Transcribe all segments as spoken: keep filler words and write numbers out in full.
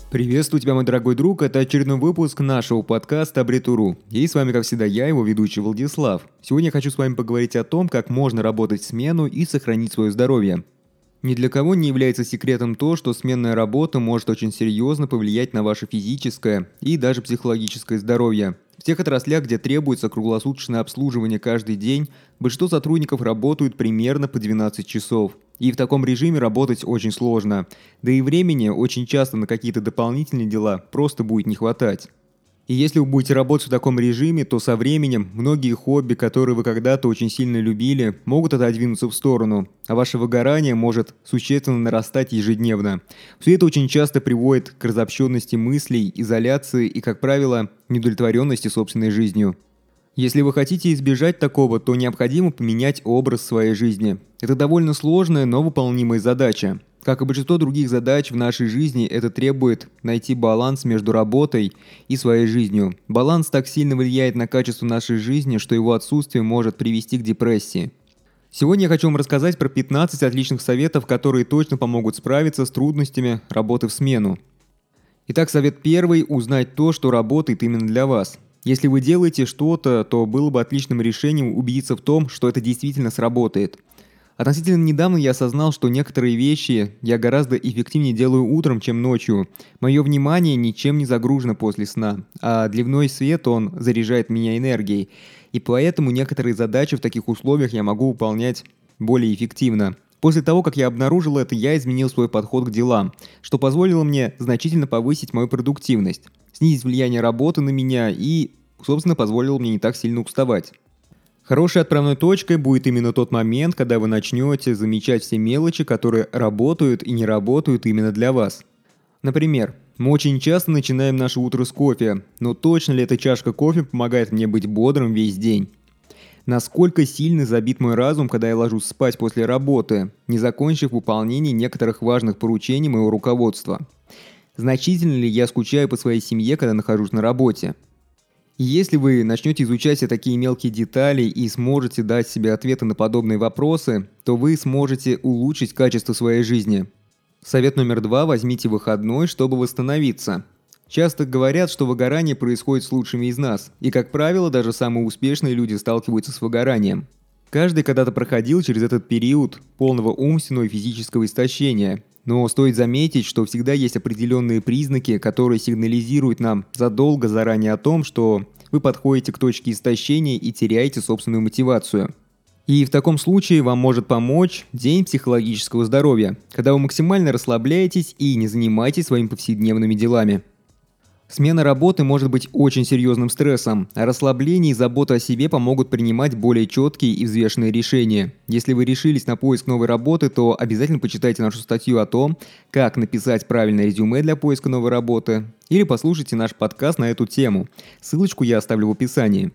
Приветствую тебя, мой дорогой друг, это очередной выпуск нашего подкаста «Абритуру». И с вами, как всегда, я, его ведущий Владислав. Сегодня я хочу с вами поговорить о том, как можно работать в смену и сохранить свое здоровье. Ни для кого не является секретом то, что сменная работа может очень серьезно повлиять на ваше физическое и даже психологическое здоровье. В тех отраслях, где требуется круглосуточное обслуживание каждый день, большинство сотрудников работают примерно по двенадцать часов. И в таком режиме работать очень сложно. Да и времени очень часто на какие-то дополнительные дела просто будет не хватать. И если вы будете работать в таком режиме, то со временем многие хобби, которые вы когда-то очень сильно любили, могут отодвинуться в сторону, а ваше выгорание может существенно нарастать ежедневно. Все это очень часто приводит к разобщенности мыслей, изоляции и, как правило, неудовлетворенности собственной жизнью. Если вы хотите избежать такого, то необходимо поменять образ своей жизни. Это довольно сложная, но выполнимая задача. Как и большинство других задач в нашей жизни, это требует найти баланс между работой и своей жизнью. Баланс так сильно влияет на качество нашей жизни, что его отсутствие может привести к депрессии. Сегодня я хочу вам рассказать про пятнадцать отличных советов, которые точно помогут справиться с трудностями работы в смену. Итак, совет первый – узнать то, что работает именно для вас. Если вы делаете что-то, то было бы отличным решением убедиться в том, что это действительно сработает. Относительно недавно я осознал, что некоторые вещи я гораздо эффективнее делаю утром, чем ночью. Мое внимание ничем не загружено после сна, а дневной свет, он заряжает меня энергией. И поэтому некоторые задачи в таких условиях я могу выполнять более эффективно. После того, как я обнаружил это, я изменил свой подход к делам, что позволило мне значительно повысить мою продуктивность, снизить влияние работы на меня и, собственно, позволило мне не так сильно уставать. Хорошей отправной точкой будет именно тот момент, когда вы начнете замечать все мелочи, которые работают и не работают именно для вас. Например, мы очень часто начинаем наше утро с кофе, но точно ли эта чашка кофе помогает мне быть бодрым весь день? Насколько сильно забит мой разум, когда я ложусь спать после работы, не закончив выполнение некоторых важных поручений моего руководства? Значительно ли я скучаю по своей семье, когда нахожусь на работе? И если вы начнете изучать все такие мелкие детали и сможете дать себе ответы на подобные вопросы, то вы сможете улучшить качество своей жизни. Совет номер два – возьмите выходной, чтобы восстановиться. Часто говорят, что выгорание происходит с лучшими из нас, и, как правило, даже самые успешные люди сталкиваются с выгоранием. Каждый когда-то проходил через этот период полного умственного и физического истощения. Но стоит заметить, что всегда есть определенные признаки, которые сигнализируют нам задолго заранее о том, что вы подходите к точке истощения и теряете собственную мотивацию. И в таком случае вам может помочь день психологического здоровья, когда вы максимально расслабляетесь и не занимаетесь своими повседневными делами. Смена работы может быть очень серьезным стрессом, а расслабление и забота о себе помогут принимать более четкие и взвешенные решения. Если вы решились на поиск новой работы, то обязательно почитайте нашу статью о том, как написать правильное резюме для поиска новой работы, или послушайте наш подкаст на эту тему. Ссылочку я оставлю в описании.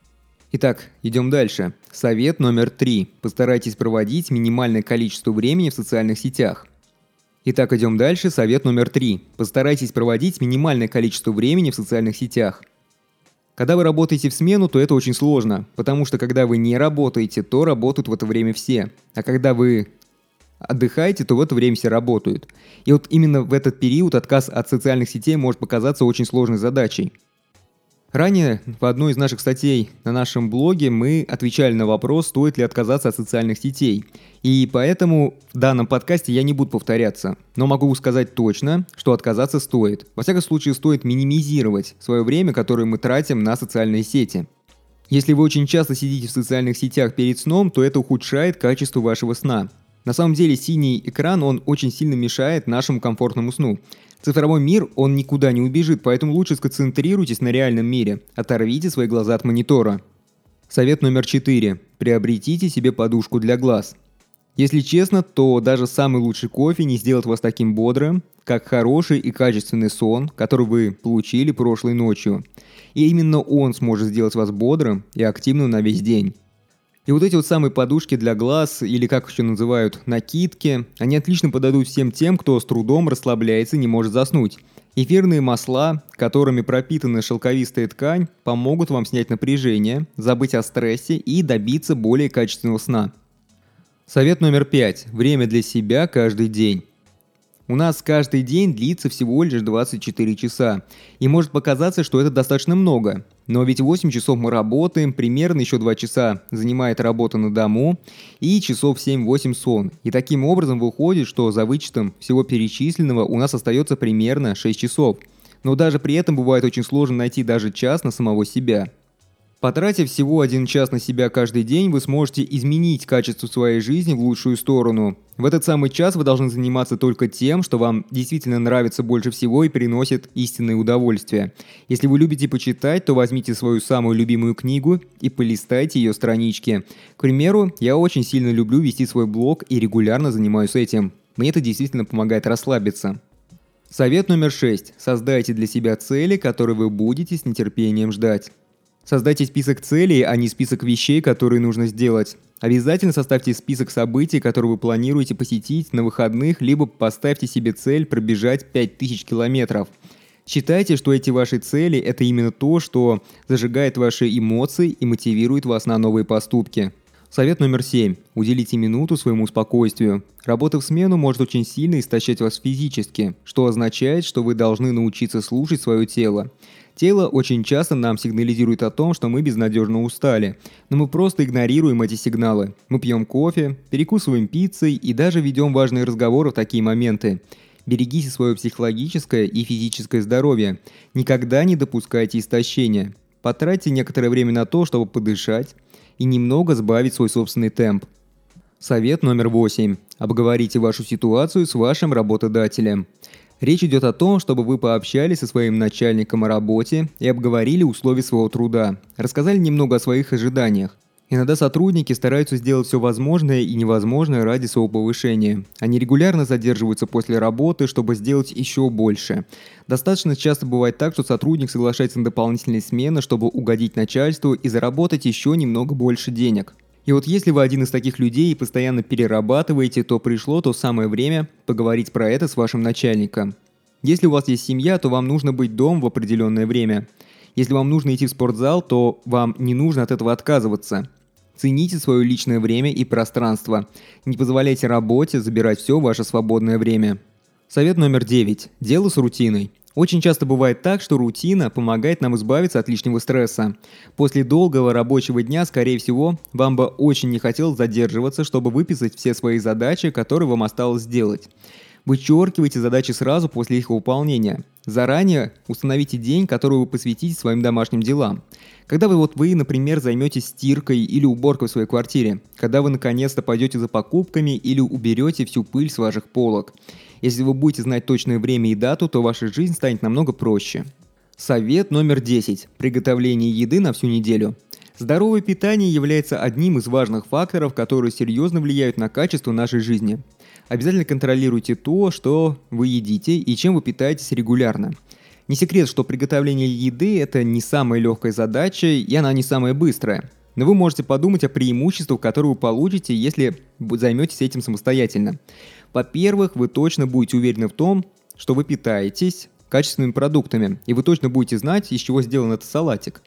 Итак, идем дальше. Совет номер три. Постарайтесь проводить минимальное количество времени в социальных сетях. Итак, идем дальше. Совет номер три. Постарайтесь проводить минимальное количество времени в социальных сетях. Когда вы работаете в смену, то это очень сложно, потому что когда вы не работаете, то работают в это время все. А когда вы отдыхаете, то в это время все работают. И вот именно в этот период отказ от социальных сетей может показаться очень сложной задачей. Ранее в одной из наших статей на нашем блоге мы отвечали на вопрос, стоит ли отказаться от социальных сетей. И поэтому в данном подкасте я не буду повторяться, но могу сказать точно, что отказаться стоит. Во всяком случае, стоит минимизировать свое время, которое мы тратим на социальные сети. Если вы очень часто сидите в социальных сетях перед сном, то это ухудшает качество вашего сна. На самом деле синий экран, он очень сильно мешает нашему комфортному сну. Цифровой мир, он никуда не убежит, поэтому лучше сконцентрируйтесь на реальном мире. Оторвите свои глаза от монитора. Совет номер четыре. Приобретите себе подушку для глаз. Если честно, то даже самый лучший кофе не сделает вас таким бодрым, как хороший и качественный сон, который вы получили прошлой ночью. И именно он сможет сделать вас бодрым и активным на весь день. И вот эти вот самые подушки для глаз, или как еще называют, накидки, они отлично подойдут всем тем, кто с трудом расслабляется и не может заснуть. Эфирные масла, которыми пропитана шелковистая ткань, помогут вам снять напряжение, забыть о стрессе и добиться более качественного сна. Совет номер пять. Время для себя каждый день. У нас каждый день длится всего лишь двадцать четыре часа, и может показаться, что это достаточно много. Но ведь восемь часов мы работаем, примерно еще два часа занимает работа на дому, и часов семь-восемь сон. И таким образом выходит, что за вычетом всего перечисленного у нас остается примерно шесть часов. Но даже при этом бывает очень сложно найти даже час на самого себя. Потратив всего один час на себя каждый день, вы сможете изменить качество своей жизни в лучшую сторону. В этот самый час вы должны заниматься только тем, что вам действительно нравится больше всего и приносит истинное удовольствие. Если вы любите почитать, то возьмите свою самую любимую книгу и полистайте ее странички. К примеру, я очень сильно люблю вести свой блог и регулярно занимаюсь этим. Мне это действительно помогает расслабиться. Совет номер шесть. Создайте для себя цели, которые вы будете с нетерпением ждать. Создайте список целей, а не список вещей, которые нужно сделать. Обязательно составьте список событий, которые вы планируете посетить на выходных, либо поставьте себе цель пробежать пять тысяч километров. Считайте, что эти ваши цели – это именно то, что зажигает ваши эмоции и мотивирует вас на новые поступки. Совет номер семь. Уделите минуту своему спокойствию. Работа в смену может очень сильно истощать вас физически, что означает, что вы должны научиться слушать свое тело. Тело очень часто нам сигнализирует о том, что мы безнадежно устали, но мы просто игнорируем эти сигналы. Мы пьем кофе, перекусываем пиццей и даже ведем важные разговоры в такие моменты. Берегите свое психологическое и физическое здоровье. Никогда не допускайте истощения. Потратьте некоторое время на то, чтобы подышать и немного сбавить свой собственный темп. Совет номер восемь. Обговорите вашу ситуацию с вашим работодателем. Речь идет о том, чтобы вы пообщались со своим начальником о работе и обговорили условия своего труда, рассказали немного о своих ожиданиях. Иногда сотрудники стараются сделать все возможное и невозможное ради своего повышения. Они регулярно задерживаются после работы, чтобы сделать еще больше. Достаточно часто бывает так, что сотрудник соглашается на дополнительные смены, чтобы угодить начальству и заработать еще немного больше денег. И вот если вы один из таких людей и постоянно перерабатываете, то пришло то самое время поговорить про это с вашим начальником. Если у вас есть семья, то вам нужно быть дома в определенное время. Если вам нужно идти в спортзал, то вам не нужно от этого отказываться. Цените свое личное время и пространство. Не позволяйте работе забирать все ваше свободное время. Совет номер девять. Дело с рутиной. Очень часто бывает так, что рутина помогает нам избавиться от лишнего стресса. После долгого рабочего дня, скорее всего, вам бы очень не хотелось задерживаться, чтобы выписать все свои задачи, которые вам осталось сделать. Вычеркивайте задачи сразу после их выполнения. Заранее установите день, который вы посвятите своим домашним делам. Когда вы, вот вы, например, займетесь стиркой или уборкой в своей квартире. Когда вы наконец-то пойдете за покупками или уберете всю пыль с ваших полок. Если вы будете знать точное время и дату, то ваша жизнь станет намного проще. Совет номер десять. Приготовление еды на всю неделю. Здоровое питание является одним из важных факторов, которые серьезно влияют на качество нашей жизни. Обязательно контролируйте то, что вы едите и чем вы питаетесь регулярно. Не секрет, что приготовление еды – это не самая легкая задача, и она не самая быстрая. Но вы можете подумать о преимуществах, которые вы получите, если займетесь этим самостоятельно. Во-первых, вы точно будете уверены в том, что вы питаетесь качественными продуктами, и вы точно будете знать, из чего сделан этот салатик.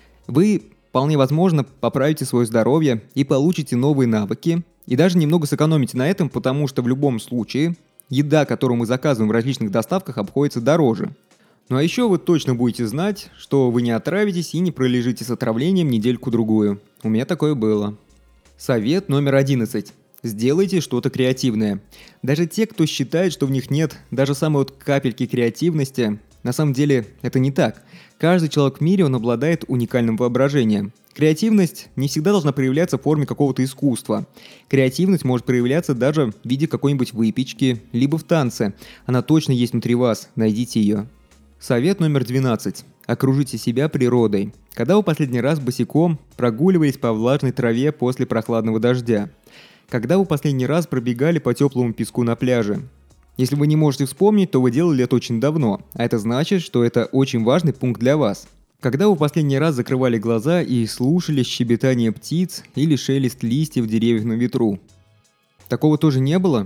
Вы, вполне возможно, поправите свое здоровье и получите новые навыки, и даже немного сэкономите на этом, потому что в любом случае еда, которую мы заказываем в различных доставках, обходится дороже. Ну а еще вы точно будете знать, что вы не отравитесь и не пролежите с отравлением недельку-другую. У меня такое было. Совет номер одиннадцать. Сделайте что-то креативное. Даже те, кто считает, что в них нет даже самой вот капельки креативности, на самом деле это не так. Каждый человек в мире, он обладает уникальным воображением. Креативность не всегда должна проявляться в форме какого-то искусства. Креативность может проявляться даже в виде какой-нибудь выпечки, либо в танце. Она точно есть внутри вас, найдите ее. Совет номер двенадцать. Окружите себя природой. Когда вы последний раз босиком прогуливались по влажной траве после прохладного дождя? Когда вы последний раз пробегали по теплому песку на пляже? Если вы не можете вспомнить, то вы делали это очень давно, а это значит, что это очень важный пункт для вас. Когда вы последний раз закрывали глаза и слушали щебетание птиц или шелест листьев деревьев на ветру? Такого тоже не было?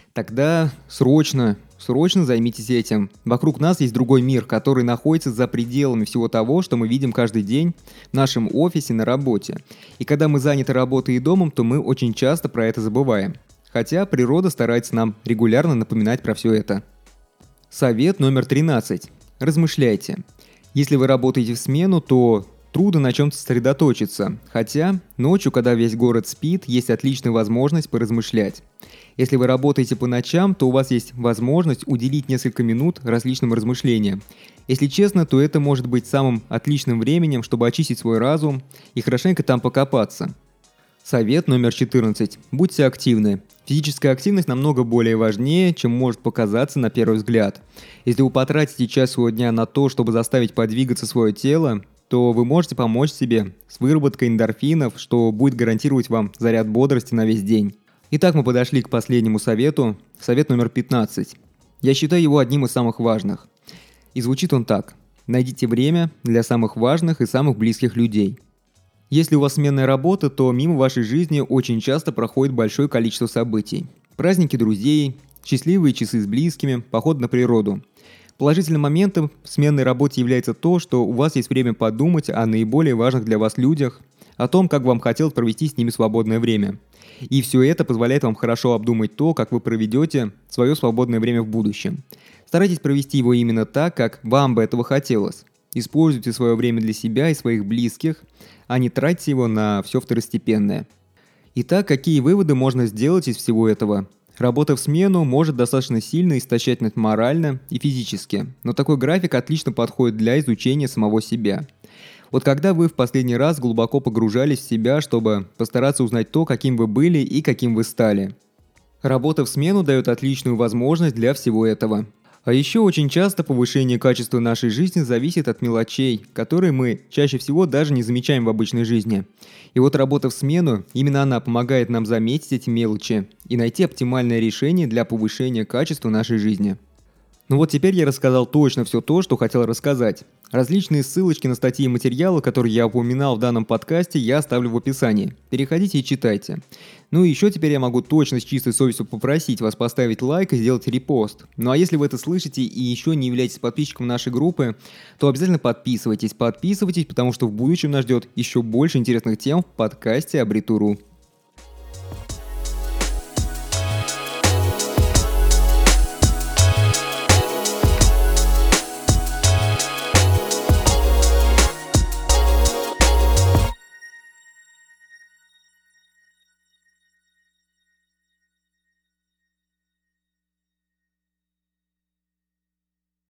Тогда срочно, срочно займитесь этим. Вокруг нас есть другой мир, который находится за пределами всего того, что мы видим каждый день в нашем офисе, на работе. И когда мы заняты работой и домом, то мы очень часто про это забываем. Хотя природа старается нам регулярно напоминать про все это. Совет номер тринадцать. Размышляйте. Если вы работаете в смену, то трудно на чем-то сосредоточиться. Хотя ночью, когда весь город спит, есть отличная возможность поразмышлять. Если вы работаете по ночам, то у вас есть возможность уделить несколько минут различным размышлениям. Если честно, то это может быть самым отличным временем, чтобы очистить свой разум и хорошенько там покопаться. Совет номер четырнадцать. Будьте активны. Физическая активность намного более важнее, чем может показаться на первый взгляд. Если вы потратите час своего дня на то, чтобы заставить подвигаться свое тело, то вы можете помочь себе с выработкой эндорфинов, что будет гарантировать вам заряд бодрости на весь день. Итак, мы подошли к последнему совету. Совет номер пятнадцать. Я считаю его одним из самых важных. И звучит он так. Найдите время для самых важных и самых близких людей. Если у вас сменная работа, то мимо вашей жизни очень часто проходит большое количество событий. Праздники друзей, счастливые часы с близкими, поход на природу. Положительным моментом в сменной работе является то, что у вас есть время подумать о наиболее важных для вас людях, о том, как вам хотелось провести с ними свободное время. И все это позволяет вам хорошо обдумать то, как вы проведете свое свободное время в будущем. Старайтесь провести его именно так, как вам бы этого хотелось. Используйте свое время для себя и своих близких, а не тратьте его на все второстепенное. Итак, какие выводы можно сделать из всего этого? Работа в смену может достаточно сильно истощать нас морально и физически, но такой график отлично подходит для изучения самого себя. Вот когда вы в последний раз глубоко погружались в себя, чтобы постараться узнать то, каким вы были и каким вы стали. Работа в смену дает отличную возможность для всего этого. А еще очень часто повышение качества нашей жизни зависит от мелочей, которые мы чаще всего даже не замечаем в обычной жизни. И вот работа в смену, именно она помогает нам заметить эти мелочи и найти оптимальное решение для повышения качества нашей жизни. Ну вот теперь я рассказал точно все то, что хотел рассказать. Различные ссылочки на статьи и материалы, которые я упоминал в данном подкасте, я оставлю в описании. Переходите и читайте. Ну и еще теперь я могу точно с чистой совестью попросить вас поставить лайк и сделать репост. Ну а если вы это слышите и еще не являетесь подписчиком нашей группы, то обязательно подписывайтесь, подписывайтесь, потому что в будущем нас ждет еще больше интересных тем в подкасте Абритуру.